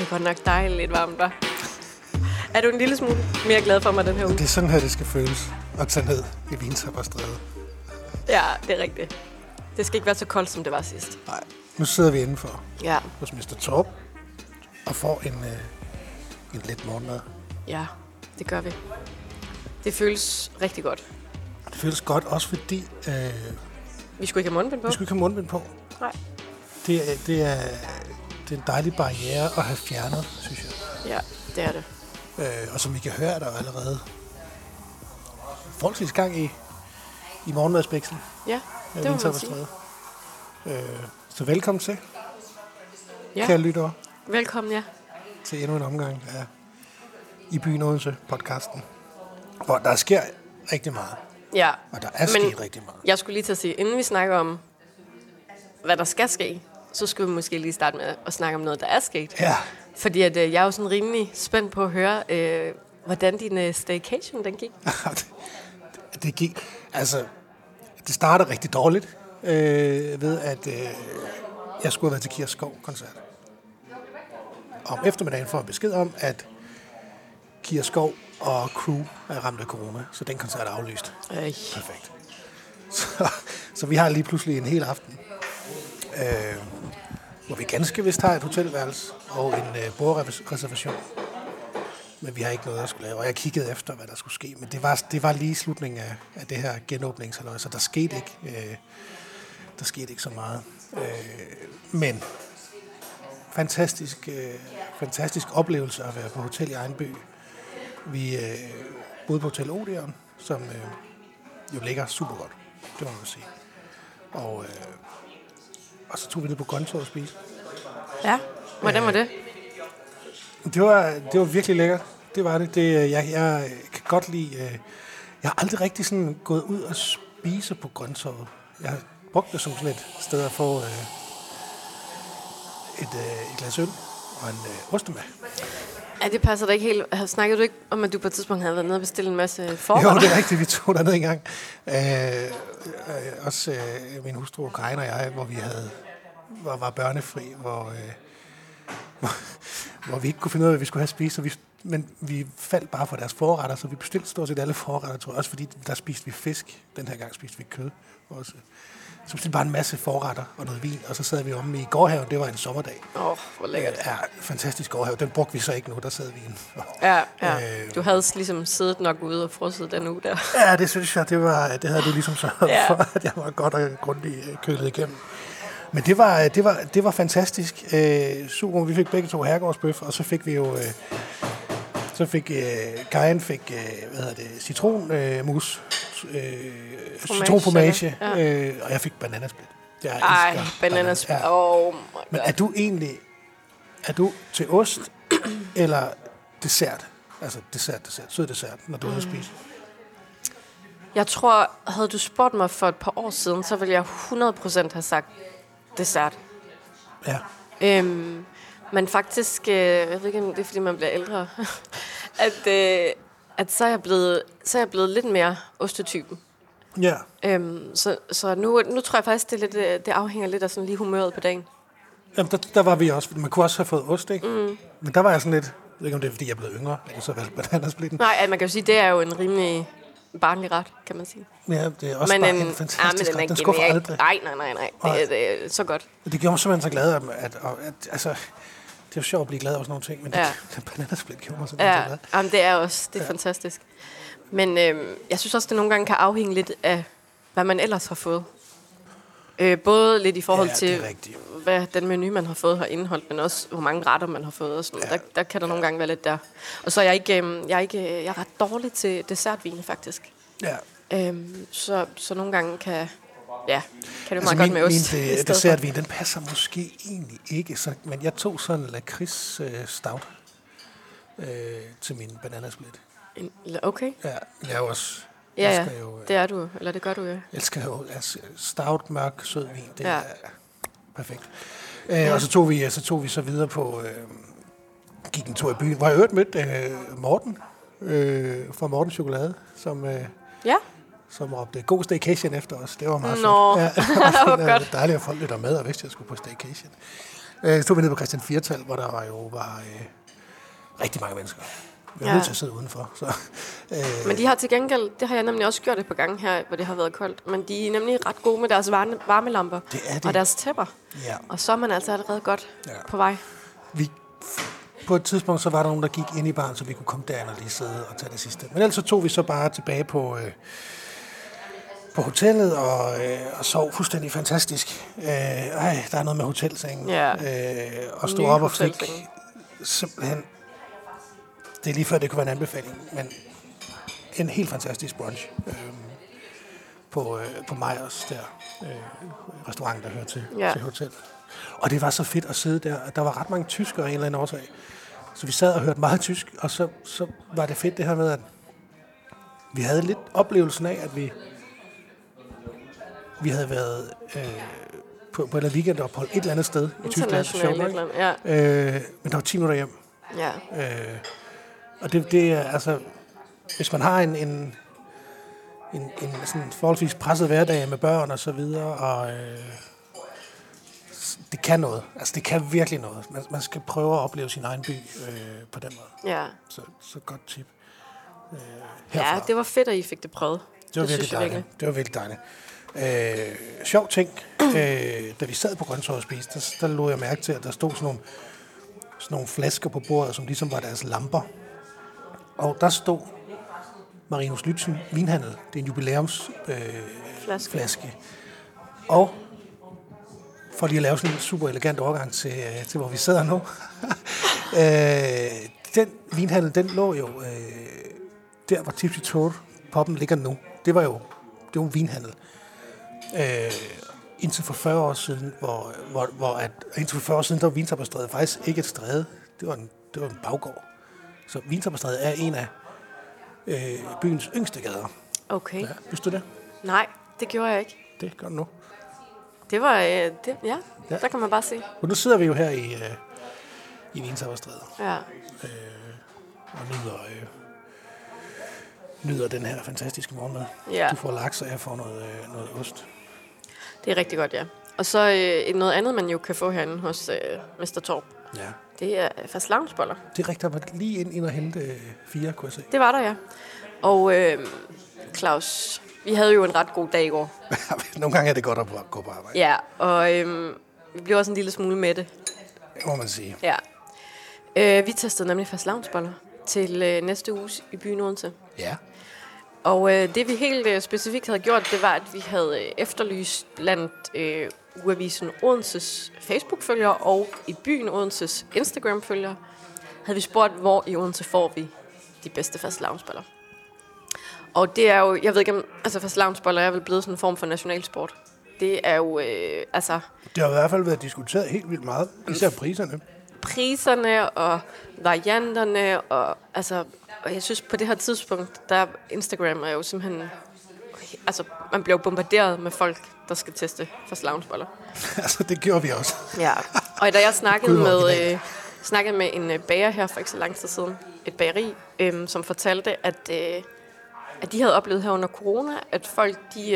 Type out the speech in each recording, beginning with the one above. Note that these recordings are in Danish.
godt nok dejligt varmt, hva'? Er du en lille smule mere glad for mig den her uge? Det er sådan her, det skal føles at tage ned i Vintapperstræde. Ja, det er rigtigt. Det skal ikke være så koldt, som det var sidst. Nej, nu sidder vi indenfor hos Mr. Torp og får en let morgenmad. Ja, det gør vi. Det føles rigtig godt. Det føles godt, også fordi... vi skulle ikke have mundbind på. Vi skulle ikke have mundbind på. Nej. Det er en dejlig barriere at have fjernet, synes jeg. Ja, det er det. Og som I kan høre, er der allerede forholdsvis gang i morgenmadsbæksen. Ja, det må man sige. Så velkommen til, kære lyttere. Velkommen, ja. Til endnu en omgang af I Byen Odense podcasten, hvor der sker rigtig meget. Ja. Og der er sket rigtig meget. Jeg skulle lige til at sige, inden vi snakker om, hvad der skal ske, så skal vi måske lige starte med at snakke om noget, der er sket. Ja. Fordi at, jeg er jo sådan rimelig spændt på at høre, hvordan din staycation den gik. Det gik, altså, det startede rigtig dårligt ved, at jeg skulle have været til Kira Skov-koncert. Om eftermiddagen får jeg besked om, at Kira Skov og crew er ramt af corona, så den koncert er aflyst. Perfekt. Så vi har lige pludselig en hel aften, hvor vi ganske vist har et hotelværelse og en bordreservation. Men vi har ikke noget at skulle lave, og jeg kiggede efter, hvad der skulle ske. Men det var lige slutningen af det her genåbningshalløj, så der skete ikke så meget. Men fantastisk oplevelse at være på hotel i egen by. Vi boede på Hotel Odeon, som jo ligger super godt, det må man sige. Og så tog vi ned på Grøntorvet og spise. Ja, hvordan var det? Det var virkelig lækkert. Det var det. Jeg kan godt lide... jeg har aldrig rigtig sådan gået ud og spise på Grøntorvet. Jeg har brugt det som sådan et sted at få et glas øl og en ostemad. Ja, det passer da ikke helt. Snakkede du ikke om, at du på et tidspunkt havde været nede og bestilt en masse forretter? Jo, det er rigtigt. Vi tog derned en gang. Også min hustru Karin og jeg, hvor vi var børnefri, hvor vi ikke kunne finde ud af, hvad vi skulle have spist. Men vi faldt bare for deres forretter, så vi bestilte stort set alle forretter, tror jeg. Også fordi der spiste vi fisk. Den her gang spiste vi kød også. Så bestilte bare en masse forretter og noget vin, og så sad vi omme i gårdhaven. Det var en sommerdag. Hvor lækkert. Ja, fantastisk gårdhave. Den brugte vi så ikke nu, der sad vi indenfor. Ja. Du havde ligesom siddet nok ude og frosset den uge der. Ja, det synes jeg, det havde du ligesom sørget for, at jeg var godt og grundigt kølet igennem. Men det var fantastisk. Super, vi fik begge to herregårdsbøf, og så fik vi jo... Kajen fik citronmus, citronformage, og jeg fik bananasplit. Bananasplit. Ja. Oh my God. Men er du til ost eller dessert? Altså sød dessert, når du er ude at spise? Jeg tror, havde du spurgt mig for et par år siden, så ville jeg 100% have sagt dessert. Ja. Men faktisk, jeg ved ikke, om det er, fordi man bliver ældre, at så er jeg blevet lidt mere ostetypen. Ja. Så nu tror jeg faktisk, det afhænger lidt af sådan lige humøret på dagen. Jamen, der var vi også. Man kunne også have fået ost, ikke? Mm. Men der var jeg sådan lidt, jeg ved ikke, om det er, fordi jeg er blevet yngre, eller så valgte bananasplitten. Nej, man kan jo sige, det er jo en rimelig barnlig ret, kan man sige. Ja, det er også bare en fantastisk ret. Den skuffer aldrig. Nej. Det er så godt. Det gjorde mig simpelthen så glad, at altså... Det er jo sjovt at blive glad over sådan nogle ting, men den bananasplit gjorde mig simpelthen så glad. Jamen, det er fantastisk. Men jeg synes også, det nogle gange kan afhænge lidt af, hvad man ellers har fået. Både lidt i forhold til, hvad den menu, man har fået, har indeholdt, men også, hvor mange retter, man har fået. Og sådan. Der kan der nogle gange være lidt der. Og så er jeg er ret dårlig til dessertvin, faktisk. Ja. Så nogle gange kan det meget godt med ost. Min dessertvin, den passer måske egentlig ikke, men jeg tog sådan en lakrids stout til min bananasplit. Okay. Ja, jeg er også... Ja, det er du, eller det gør du jo. Jeg elsker jo stout, mørk, sød vin, det er perfekt. Og så tog vi så videre på, gik en tur i byen, hvor jeg øvrigt mødte Morten fra Morten Chokolade, som råbte god staycation efter os. Det var meget fedt. Ja, det var dejligt at folk lytter med, og vidste, jeg skulle på staycation. Så stod vi nede på Christian Firtal, hvor der var rigtig mange mennesker. Vi var nødt til at sidde udenfor. Så, men de har til gengæld, det har jeg nemlig også gjort et par gange her, hvor det har været koldt, men de er nemlig ret gode med deres varmelamper og deres tæpper. Ja. Og så er man altså allerede godt på vej. På et tidspunkt så var der nogen, der gik ind i baren, så vi kunne komme derind og lige sidde og tage det sidste. Men ellers så tog vi så bare tilbage på hotellet og sov fuldstændig fantastisk. Der er noget med hotelsengen. Og stod op og fik simpelthen... Det er lige før, det kunne være en anbefaling, men en helt fantastisk brunch på Meyers der, restaurant, der hører til hotellet. Og det var så fedt at sidde der. Der var ret mange tyskere af en eller anden årsag. Så vi sad og hørte meget tysk, og så var det fedt det her med, at vi havde lidt oplevelsen af, at vi havde været på en weekendophold et eller andet sted i Tyskland. Men der var 10 minutter hjem. Ja. Og det er altså, hvis man har en sådan forholdsvis presset hverdag med børn og så videre, og det kan noget. Altså, det kan virkelig noget. Man skal prøve at opleve sin egen by på den måde. Ja. Så godt tip. Ja, det var fedt, at I fik det prøvet. Det var virkelig dejligt. Det var virkelig dejligt. Sjov ting. Da vi sad på Grøntorvet og spiste, der lå jeg mærke til, at der stod sådan nogle flasker på bordet, som ligesom var deres lamper. Og der stod Marinus Lützen vinhandel. Det er en jubilæumsflaske. Og for lige at lave sådan en super elegant overgang til hvor vi sidder nu. Den vinhandel, den lå jo der, hvor Tipsy Toad poppen ligger nu. Det var en vinhandel. Indtil for 40 år siden, indtil for 40 år siden, der var Vintapperstræde faktisk ikke et stræde. Det var en baggård. Så Vintapperstræde er en af byens yngste gader. Okay. Ja, vidste du det? Nej, det gjorde jeg ikke. Det gør du nu. Det var, der kan man bare se. Og nu sidder vi jo her i Vintapperstræde. Ja. Og nyder den her fantastiske morgenmad. Ja. Du får laks, og jeg får noget ost. Det er rigtig godt, ja. Og så noget andet, man jo kan få herinde hos Mr. Torp. Ja. Det er fastelavnsboller. Det er rigtigt, der var lige ind og hente 4, kunne jeg se. Det var der, ja. Og Claus, vi havde jo en ret god dag i går. Nogle gange er det godt at gå på arbejde. Ja, og vi blev også en lille smule mætte. Det må man sige. Ja. Vi testede nemlig fastelavnsboller til næste uge i byen Odense. Ja. Og det vi helt specifikt havde gjort, det var, at vi havde efterlyst blandt Ugeavisen Odenses Facebook-følgere og i byen Odenses Instagram-følgere, havde vi spurgt, hvor i Odense får vi de bedste fastelavnsboller. Og det er jo, jeg ved ikke om, altså fastelavnsboller er vel blevet sådan en form for nationalsport. Det er jo, altså... Det har i hvert fald været diskuteret helt vildt meget, især priserne. Priserne og varianterne, og jeg synes på det her tidspunkt, der Instagram er jo simpelthen... Altså, man bliver bombarderet med folk, der skal teste fastelavnsboller. Altså, det gjorde vi også. Ja, og da jeg snakkede med en bager her for ikke så lang tid siden, et bageri, som fortalte, at de havde oplevet her under corona, at folk, de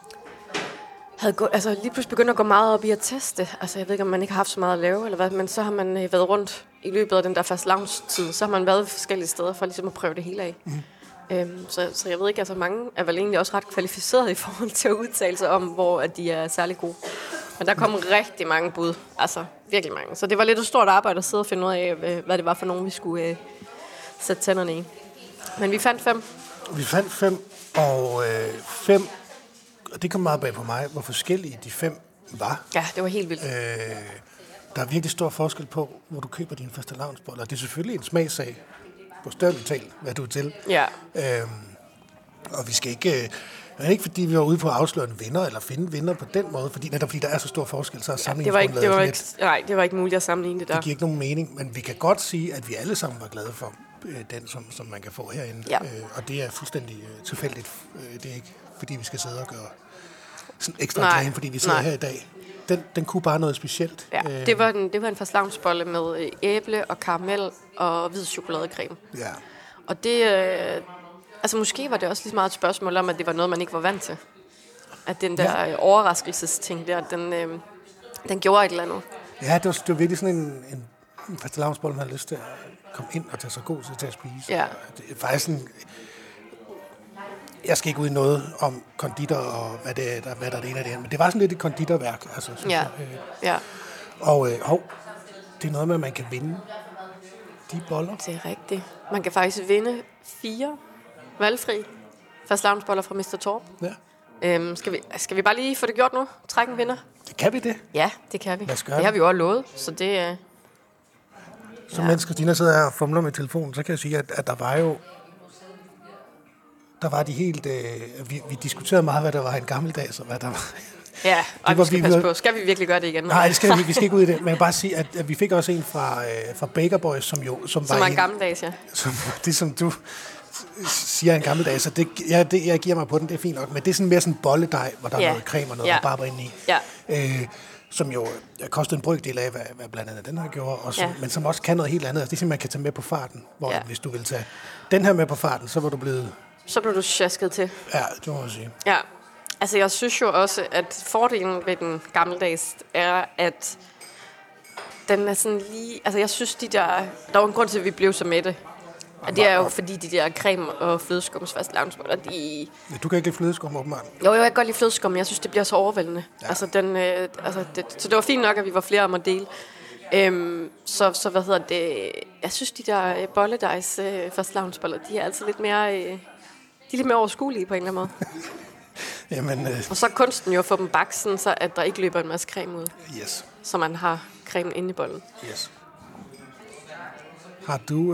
havde lige pludselig begyndt at gå meget op i at teste. Altså, jeg ved ikke, om man ikke har haft så meget at lave, eller hvad, men så har man været rundt i løbet af den der fastelavnstid, så har man været forskellige steder for ligesom at prøve det hele af. Mm. Så jeg ved ikke, altså mange er vel egentlig også ret kvalificerede i forhold til at udtale sig om, hvor at de er særlig gode. Men der kom rigtig mange bud, altså virkelig mange. Så det var lidt et stort arbejde at sidde og finde ud af, hvad det var for nogen, vi skulle sætte tænderne i. Men vi fandt 5. Vi fandt 5, og 5, og det kom meget bag på mig, hvor forskellige de 5 var. Ja, det var helt vildt. Der er virkelig stor forskel på, hvor du køber dine fastelavnsboller. Det er selvfølgelig en smagssag, på større talt, hvad du er til. Ja. Og vi skal ikke... Det er ikke fordi, vi var ude på at afsløre en vinder, eller finde vinder på den måde, fordi der er så stor forskel, så er sammenligningsgrundlaget lidt... Nej, det var ikke muligt at sammenligne det der. Det giver ikke nogen mening, men vi kan godt sige, at vi alle sammen var glade for den, som man kan få herinde. Ja. Og det er fuldstændig tilfældigt. Det er ikke, fordi vi skal sidde og gøre sådan ekstra reklame, fordi vi sidder her i dag. Den kunne bare noget specielt. Ja, det var en fastelavnsbolle med æble og karamel og hvid chokoladecreme. Ja. Og det... måske var det også lige meget et spørgsmål om, at det var noget, man ikke var vant til. At den der overraskelsesting der, den gjorde et eller andet. Ja, det var virkelig sådan en fastelavnsbolle, man havde lyst til at komme ind og tage sig god til at spise. Ja. Det er faktisk sådan... Jeg skal ikke ud i noget om konditor og hvad der er det ene af det her, men det var sådan lidt et konditorværk. Altså, Ja. Ja. Og det er noget med, at man kan vinde de boller. Det er rigtigt. Man kan faktisk vinde 4 valgfri fastelavnsboller fra Mr. Torp. Ja. Skal vi bare lige få det gjort nu? Trække en vinder? Kan vi det? Ja, det kan vi. Lad os gøre det har vi jo også lovet, så det... Så mens Christina sidder her og fumler med telefonen, så kan jeg sige, at der var de helt... Vi diskuterede meget, hvad der var en gammeldags, og hvad der var... Ja, og vi skal passe på. Skal vi virkelig gøre det igen? Nej, det skal vi skal ikke ud i det. Men jeg vil bare sige, at vi fik også en fra Baker Boys, som var en gammeldags, ja. Det, som du siger en gammeldags, så jeg giver mig på den, det er fint nok. Men det er sådan mere sådan en bolledej, hvor der er noget creme og noget rabarber inde i. Ja. Som jo koster en brøkdel af, hvad blandt andet den her gjorde, men som også kan noget helt andet. Altså, det er simpelthen, man kan tage med på farten. Hvor hvis du vil tage den her med på farten, så var du blevet... Så blev du sjasket til. Ja, det må man sige. Ja, altså jeg synes jo også, at fordelen ved den gammeldags er, at den er sådan lige... Altså jeg synes, der var en grund til, at vi blev så mætte. Og det er jo fordi, de der creme- og flødeskumsfastelavnsboller, de... Ja, du kan ikke lide flødeskum, åbenbart. Jo, jeg kan godt lide flødeskum, men jeg synes, det bliver så overvældende. Ja. Altså, så det var fint nok, at vi var flere om at dele. Så hvad hedder det? Jeg synes, de der bolledejs fastelavnsboller, de er altså lidt mere... de er lidt mere overskuelige på en eller anden måde. Jamen, og så er kunsten jo at få dem bagt, sådan, så at der ikke løber en masse creme ud. Yes. Så man har cremen inde i bollen. Yes. Har du...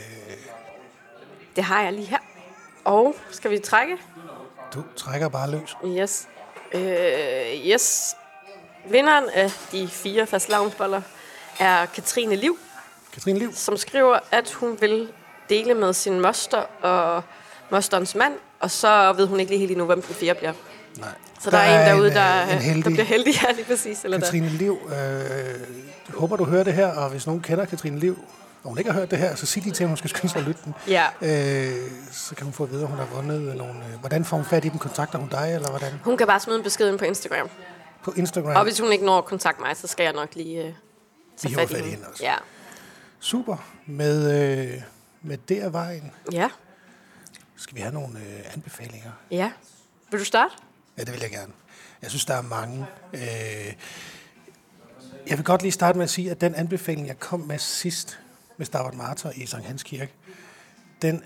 Det har jeg lige her. Og skal vi trække? Du trækker bare løs. Yes. Yes. Vinderen af de 4 fastelavnsboller er Katrine Liv. Katrine Liv. Som skriver, at hun vil dele med sin moster og mosterens mand, og så ved hun ikke lige helt endnu, hvem den 4 bliver. Nej. Så der er en derude, der bliver heldig her lige præcis. Eller Katrine Liv, jeg håber, du hører det her, og hvis nogen kender Katrine Liv, og hun ikke har hørt det her, så sig lige til, at hun skal skynde sig at lytte den. Ja. Så kan hun få at vide, at hun har vundet nogle... Hvordan får hun fat i den? Kontakter hun dig, eller hvordan? Hun kan bare smide en besked ind på Instagram. På Instagram? Og hvis hun ikke når at kontakte mig, så skal jeg nok lige tage fat i hende. Også. Ja. Super. Med det af vejen. Ja. Skal vi have nogle anbefalinger? Ja. Vil du starte? Ja, det vil jeg gerne. Jeg synes, der er mange. Jeg vil godt lige starte med at sige, at den anbefaling, jeg kom med sidst med Stabat Mater i Sankt Hans Kirke, den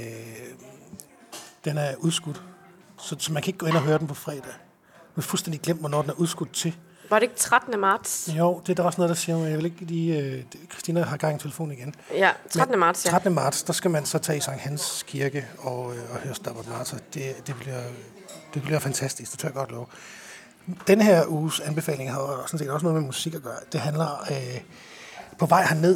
er udskudt. Så man kan ikke gå ind og høre den på fredag. Nu er fuldstændig glemt, hvornår den er udskudt til. Var det ikke 13. marts? Jo, det er der også noget, der siger, men jeg vil ikke lige... Christina har gang i telefonen igen. Ja, 13. marts, ja. 13. marts, der skal man så tage i Sankt Hans Kirke og høre Stabat Mater. Det bliver fantastisk, det tør jeg godt love. Den her uges anbefaling har sådan set også noget med musik at gøre. Det handler... på vej herned,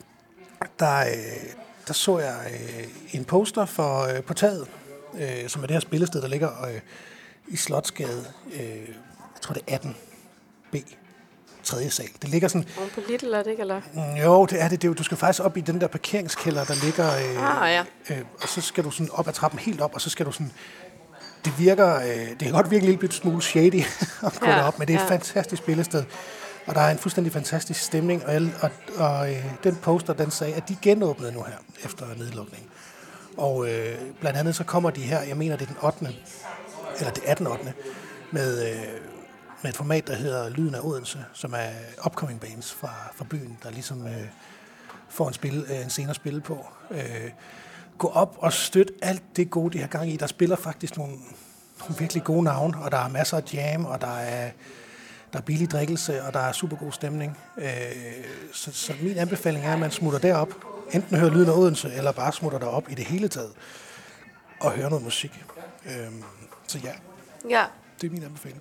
der så jeg en poster på taget, som er det her spillested, der ligger i Slotsgade. Jeg tror, det er 18B. 3. sal. Det ligger sådan... Og på Lidl er det ikke, eller? Jo, det er det. Du skal faktisk op i den der parkeringskælder, der ligger... ja. Og så skal du sådan op ad trappen helt op, og så skal du sådan... Det virker... det kan godt virke en lille smule shady at gå derop, men det er et fantastisk spillested. Og der er en fuldstændig fantastisk stemning, og den poster, den sagde, at de genåbnede nu her, efter nedlukningen. Og blandt andet så kommer de her, jeg mener det er den 8. eller det 18. 8. med et format, der hedder Lyden af Odense, som er upcoming bands fra byen, der ligesom får en scene at spille på. Gå op og støtte alt det gode, de har gang i. Der spiller faktisk nogle virkelig gode navne, og der er masser af jam, og der er billig drikkelse, og der er super god stemning. Så min anbefaling er, at man smutter derop. Enten hører Lyden af Odense, eller bare smutter derop i det hele taget. Og hører noget musik. Så ja, det er min anbefaling.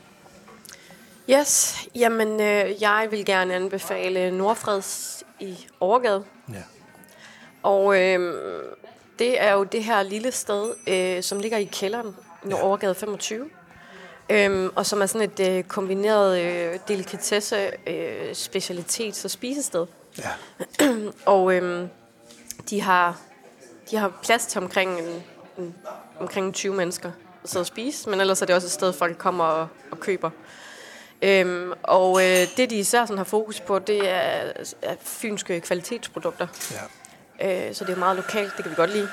Yes, jamen jeg vil gerne anbefale Nordfreds i Overgade. Ja. Og det er jo det her lille sted, som ligger i kælderen, Overgade 25. Og som er sådan et kombineret delikatesse, specialitets- og spisested. Ja. Og de har plads til omkring 20 mennesker at sidde og spise, men ellers er det også et sted, folk kommer og køber. Det, de især sådan har fokus på, det er fynske kvalitetsprodukter. Ja. Så det er meget lokalt, det kan vi godt lide.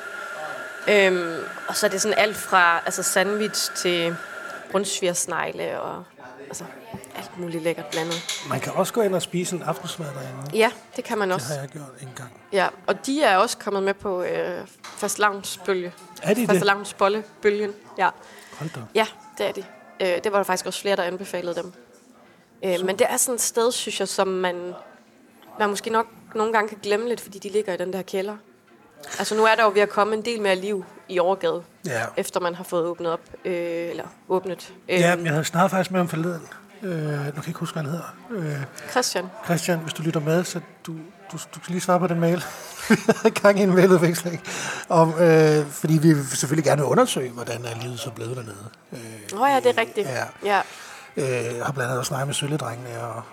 Og så er det sådan alt fra sandwich til brunsvigersnegle og alt muligt lækkert blandet. Man kan også gå ind og spise en aftensmad derinde. Ja, det kan man også. Det har jeg gjort en gang. Ja, og de er også kommet med på fastelavnsbølge. Er de det? Fastelavnsbollebølgen, ja. Hold da. Ja, det er de. Det var der faktisk også flere, der anbefalede dem. Men det er sådan et sted, synes jeg, som man måske nok nogle gange kan glemme lidt, fordi de ligger i den der kælder. Altså nu er der jo ved at komme en del mere liv i Overgade, efter man har fået åbnet op, åbnet. Ja, jeg havde snart faktisk med om forleden. Nu kan jeg ikke huske, hvad han hedder. Christian, hvis du lytter med, så du skal lige svare på den mail. Gang i en mailudveksling. Fordi vi vil selvfølgelig gerne undersøge, hvordan er livet så blevet dernede. Ja, det er rigtigt. Ja. Jeg har blandt andet også snakket med Sølledrengene,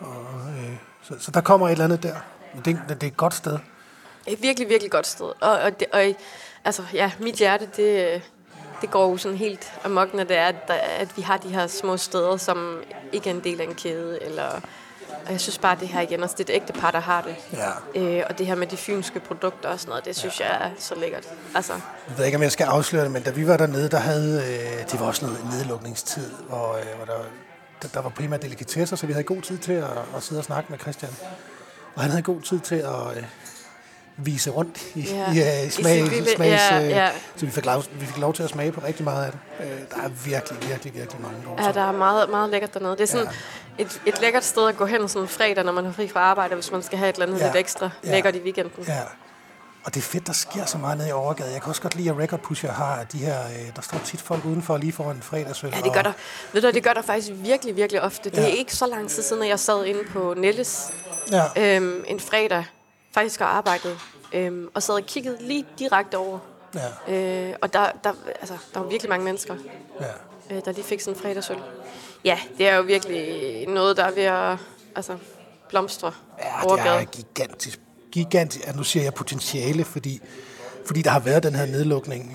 så der kommer et eller andet der. Men det er et godt sted. Et virkelig, virkelig godt sted. Mit hjerte, det går jo sådan helt amok, når det er, at vi har de her små steder, som ikke er en del af en kæde. Og jeg synes bare, det her igen, også det er et ægte par, der har det. Ja. Og det her med de fynske produkter og sådan noget, det synes jeg er så lækkert. Altså. Jeg ved ikke, om jeg skal afsløre det, men da vi var dernede, der havde det var også noget nedlukningstid, hvor der var primært delikatesser, så vi havde god tid til at sidde og snakke med Christian. Og han havde god tid til at vise rundt i smags. Så vi fik lov til at smage på rigtig meget af det. Der er virkelig, virkelig, virkelig mange gode. Ja, der er meget, meget lækkert dernede. Det er sådan et lækkert sted at gå hen sådan en fredag, når man har fri fra arbejde, hvis man skal have et eller andet lidt ekstra lækkert i weekenden. Ja. Og det er fedt, der sker så meget nede i Overgade. Jeg kan også godt lide, at Record Pusher har de her, der står tit folk udenfor lige foran en fredagsøl. Ja, det gør der. Ved du, det gør der faktisk virkelig, virkelig ofte. Det er ikke så lang tid siden, at jeg sad inde på Nelles en fredag, faktisk og arbejdede, og sad og kiggede lige direkte over. Ja. Og der var virkelig mange mennesker, der lige fik sådan en fredagsøl. Ja, det er jo virkelig noget, der er ved at blomstre Overgade. Ja, det er gigantisk. Nu siger jeg potentiale, fordi der har været den her nedlukning.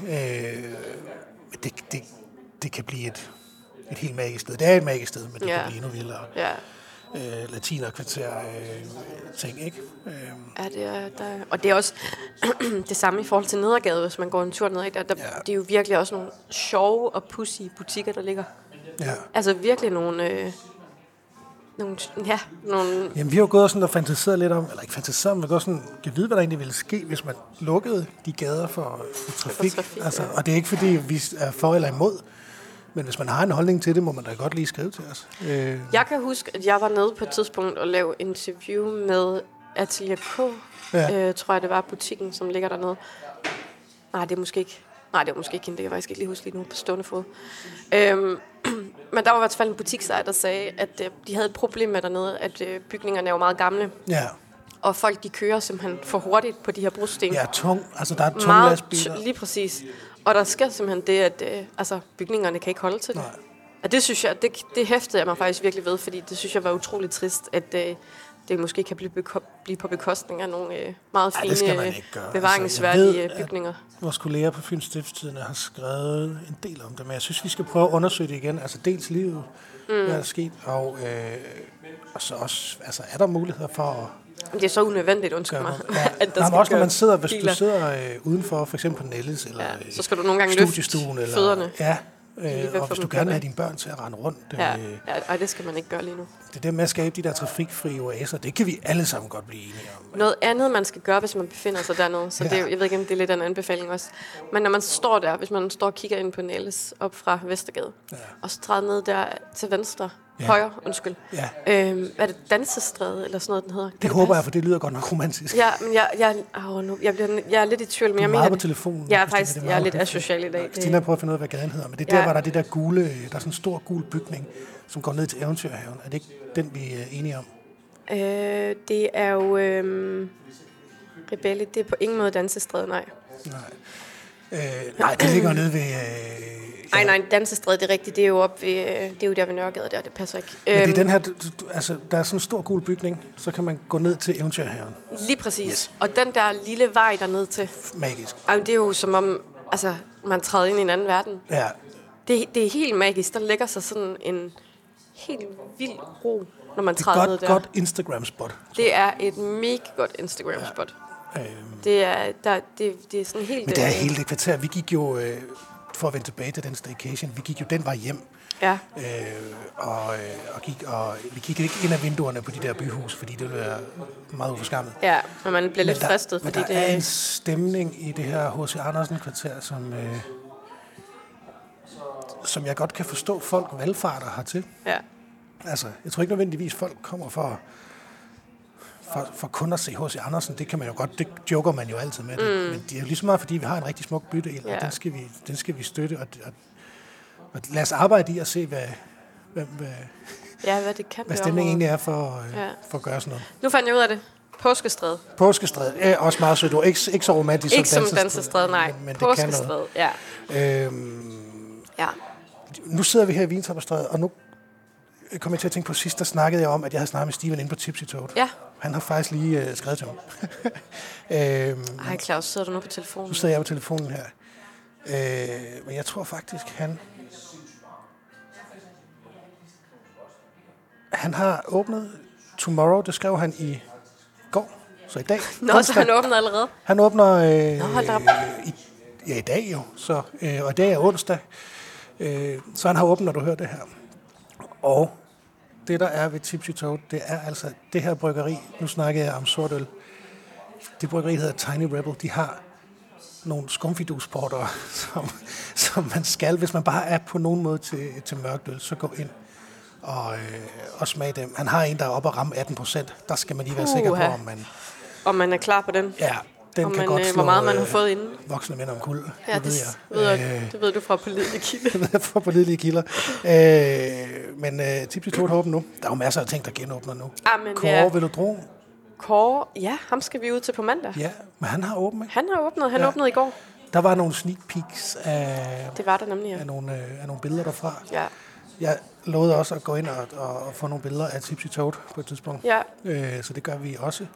Det kan blive et helt magisk sted. Det er et magisk sted, men det kan blive endnu vildere. Ja. Latinerkvarter ting, ikke? Ja, det er der. Og det er også det samme i forhold til Nedergade, hvis man går en tur ned. Det er jo virkelig også nogle sjove og pussy butikker, der ligger. Ja. Altså virkelig nogle... Jamen, vi har jo gået sådan og fantaseret lidt om, eller ikke fantaseret, men gået sådan, kan vide, hvad der egentlig ville ske, hvis man lukkede de gader for trafik. Og det er ikke, fordi vi er for eller imod, men hvis man har en holdning til det, må man da godt lige skrive til os. Jeg kan huske, at jeg var nede på et tidspunkt og lavede interview med Atelier K, tror jeg, det var butikken, som ligger dernede. Nej, det er måske ikke hende, det kan jeg faktisk ikke lige huske lige nu på stående fod. Men der var i hvert fald en butiksejer, der sagde, at de havde et problem med dernede, at bygningerne er jo meget gamle. Ja. Og folk, de kører simpelthen for hurtigt på de her brosten. Ja, der er tunge lastbiler. Lige præcis. Og der sker simpelthen det, at bygningerne kan ikke holde til det. Nej. Og det synes jeg, det hæftede jeg mig faktisk virkelig ved, fordi det synes jeg var utroligt trist, at det måske kan blive på bekostning af nogle meget fine, bevaringsværdige bygninger. Vores kolleger på Fyns Stiftstidende har skrevet en del om det, men jeg synes, vi skal prøve at undersøge det igen. Altså dels livet, hvad der er sket, og så også, er der muligheder for at... Det er så unødvendigt, undskyld mig. Ja. At der også når man sidder, hvis du sidder udenfor, for eksempel på Nelles, eller så skal du nogle gange løfte fødderne. Ja. Og hvis du gerne vil have dine børn til at rende rundt. Det skal man ikke gøre lige nu. Det der med at skabe de der trafikfrie oaser, det kan vi alle sammen godt blive enige om. Noget andet, man skal gøre, hvis man befinder sig dernede, så det, jeg ved ikke, om det er lidt en anbefaling også. Men når man står der, hvis man står og kigger ind på Nelles op fra Vestergade, og så træder ned der til venstre, højre, undskyld. Ja. Er det Dansestræde, eller sådan noget, den hedder? Det håber jeg, for det lyder godt nok romantisk. Ja, men jeg er lidt i tvivl, men jeg mener på telefonen. Jeg er lidt asocial i dag. Christina prøver at finde ud af, hvad gaden hedder, men det der, var der det der gule, der er sådan en stor gul bygning, som går ned til Eventyrhaven. Er det ikke den, vi er enige om? Det er jo Rebelle. Det er på ingen måde Dansestræde, nej. Nej, det ligger nede ved... Nej, Dansestræde, det er rigtigt. Det er jo det er jo der ved Nørregade der, det passer ikke. Men det er den her, der er sådan en stor gul bygning, så kan man gå ned til Eventyrhaven. Lige præcis. Yes. Og den der lille vej derned til. Magisk. Det er jo som om, man træder ind i en anden verden. Ja. Det er helt magisk. Der lægger sig sådan helt vild ro, når man Det træder er ned der. godt Instagram-spot. Det er et mega godt Instagram-spot. Ja. Det er sådan helt... Men det er hele det kvarter. Vi gik jo, for at vende tilbage til den staycation, vi gik jo den vej hjem. Ja. Vi kiggede ikke ind ad vinduerne på de der byhus, fordi det ville være meget uforskammet. Ja, men man bliver lidt fristet. Men der er en stemning i det her H.C. Andersen-kvarter, som jeg godt kan forstå, folk valgfarter hertil. Ja. Altså, jeg tror ikke nødvendigvis, folk kommer for kun at se H.C. Andersen. Det kan man jo godt, det joker man jo altid med. Men det er jo lige så meget, fordi vi har en rigtig smuk bydel, og den skal vi støtte. Og lad os arbejde i at se, hvad det kan hvad stemningen egentlig er for at gøre sådan noget. Nu fandt jeg ud af det. Påskestræde. Påskestræde er også meget sødt. Ikke så romantisk ikke som dansestræde, nej. Men Påskestræde, ja. Nu sidder vi her i Wienerstræde, og nu kom jeg til at tænke på sidst, der snakkede jeg om, at jeg havde snakket med Steven inde på Tipsy-toget. Ja. Han har faktisk lige skrevet til mig. Hej Claus, sidder du nu på telefonen? Nu sidder jeg på telefonen her. Men jeg tror faktisk, han har åbnet Tomorrow, det skrev han i går, så i dag. Nå, så han åbner allerede? Han åbner i dag jo, og i dag er onsdag. Så han har åbnet, når du hører det her. Og det, der er ved Tipsy-toget, det er altså det her bryggeri. Nu snakker jeg om sortøl. Det bryggeri hedder Tiny Rebel. De har nogle skumfidusporter, som man skal, hvis man bare er på nogen måde til mørkt øl, så gå ind og smage dem. Han har en, der er oppe at ramme 18%. Der skal man lige være sikker på, om man er klar på den. Ja, den kan godt slå hvor meget man har fået inden. Voksne mænd om kuld. Ja, det ved du fra pålidelige kilder. Det ved jeg fra pålidelige kilder. Men Tipsy-toget har åbnet nu. Der er jo masser af ting, der genåbner nu. Kåre Velodrom. Kåre, ja, ham skal vi ud til på mandag. Ja, men han har åbnet. Han har åbnet, han åbnede i går. Der var nogle sneak peeks det var der nemlig, ja. af nogle billeder derfra. Ja. Jeg lovede også at gå ind og få nogle billeder af Tipsy-toget på et tidspunkt. Ja. Så det gør vi også.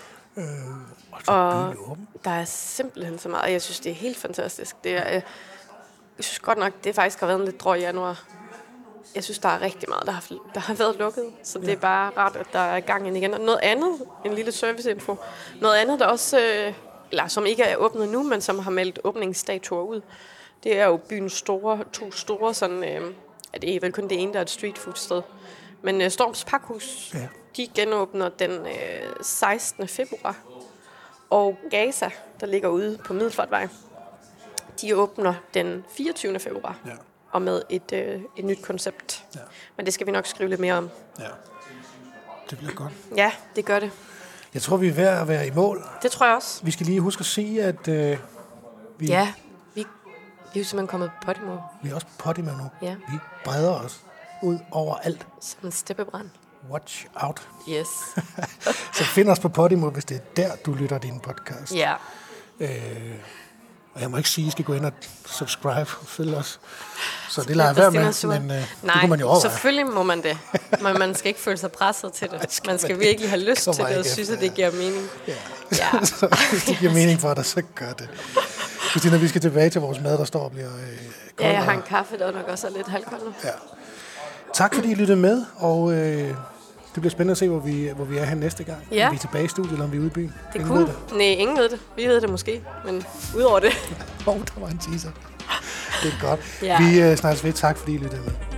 Og der er simpelthen så meget, jeg synes, det er helt fantastisk. Jeg synes godt nok, det faktisk har været en lidt drøg januar. Jeg synes, der er rigtig meget, der har været lukket. Så det er bare rart, at der er gang igen. Og noget andet, en lille serviceinfo. Noget andet, der også, som ikke er åbnet nu, men som har meldt åbningsdatoer ud. Det er jo byens to store, sådan, det er vel kun det ene, der er et streetfood-sted. Men Storms Pakhus, de genåbner den 16. februar. Og Gaza, der ligger ude på Middelfartvej, de åbner den 24. februar. Ja. Og med et nyt koncept. Ja. Men det skal vi nok skrive lidt mere om. Ja, det bliver godt. Ja, det gør det. Jeg tror, vi er ved at være i mål. Det tror jeg også. Vi skal lige huske at sige, at vi... Ja, vi er jo simpelthen kommet på Podimo. Vi er også på Podimo nu. Ja. Vi breder os ud over alt. Som en steppebrand. Watch out. Yes. Så find os på Podimo, hvis det er der, du lytter din podcast. Ja. Og jeg må ikke sige, at I skal gå ind og subscribe og følge os. Så det lader jeg være med, men det kunne man jo overveje. Selvfølgelig må man det. Men man skal ikke føle sig presset til det. Man skal virkelig have lyst til det og synes, at det giver mening. Ja. Så hvis det giver mening for dig, så gør det. Christina, vi skal tilbage til vores mad, der står og bliver kold. Ja, jeg har en kaffe, der nok også er lidt halvkold nu. Ja. Tak fordi I lyttede med, og det bliver spændende at se, hvor vi er her næste gang. Ja. Om vi er tilbage i studiet, eller om vi er ude i byen. Det er cool. Nej, ingen ved det. Vi ved det måske, men udover det. Der var en teaser. Det er godt. Ja. Vi snakkes ved. Tak fordi I lyttede med.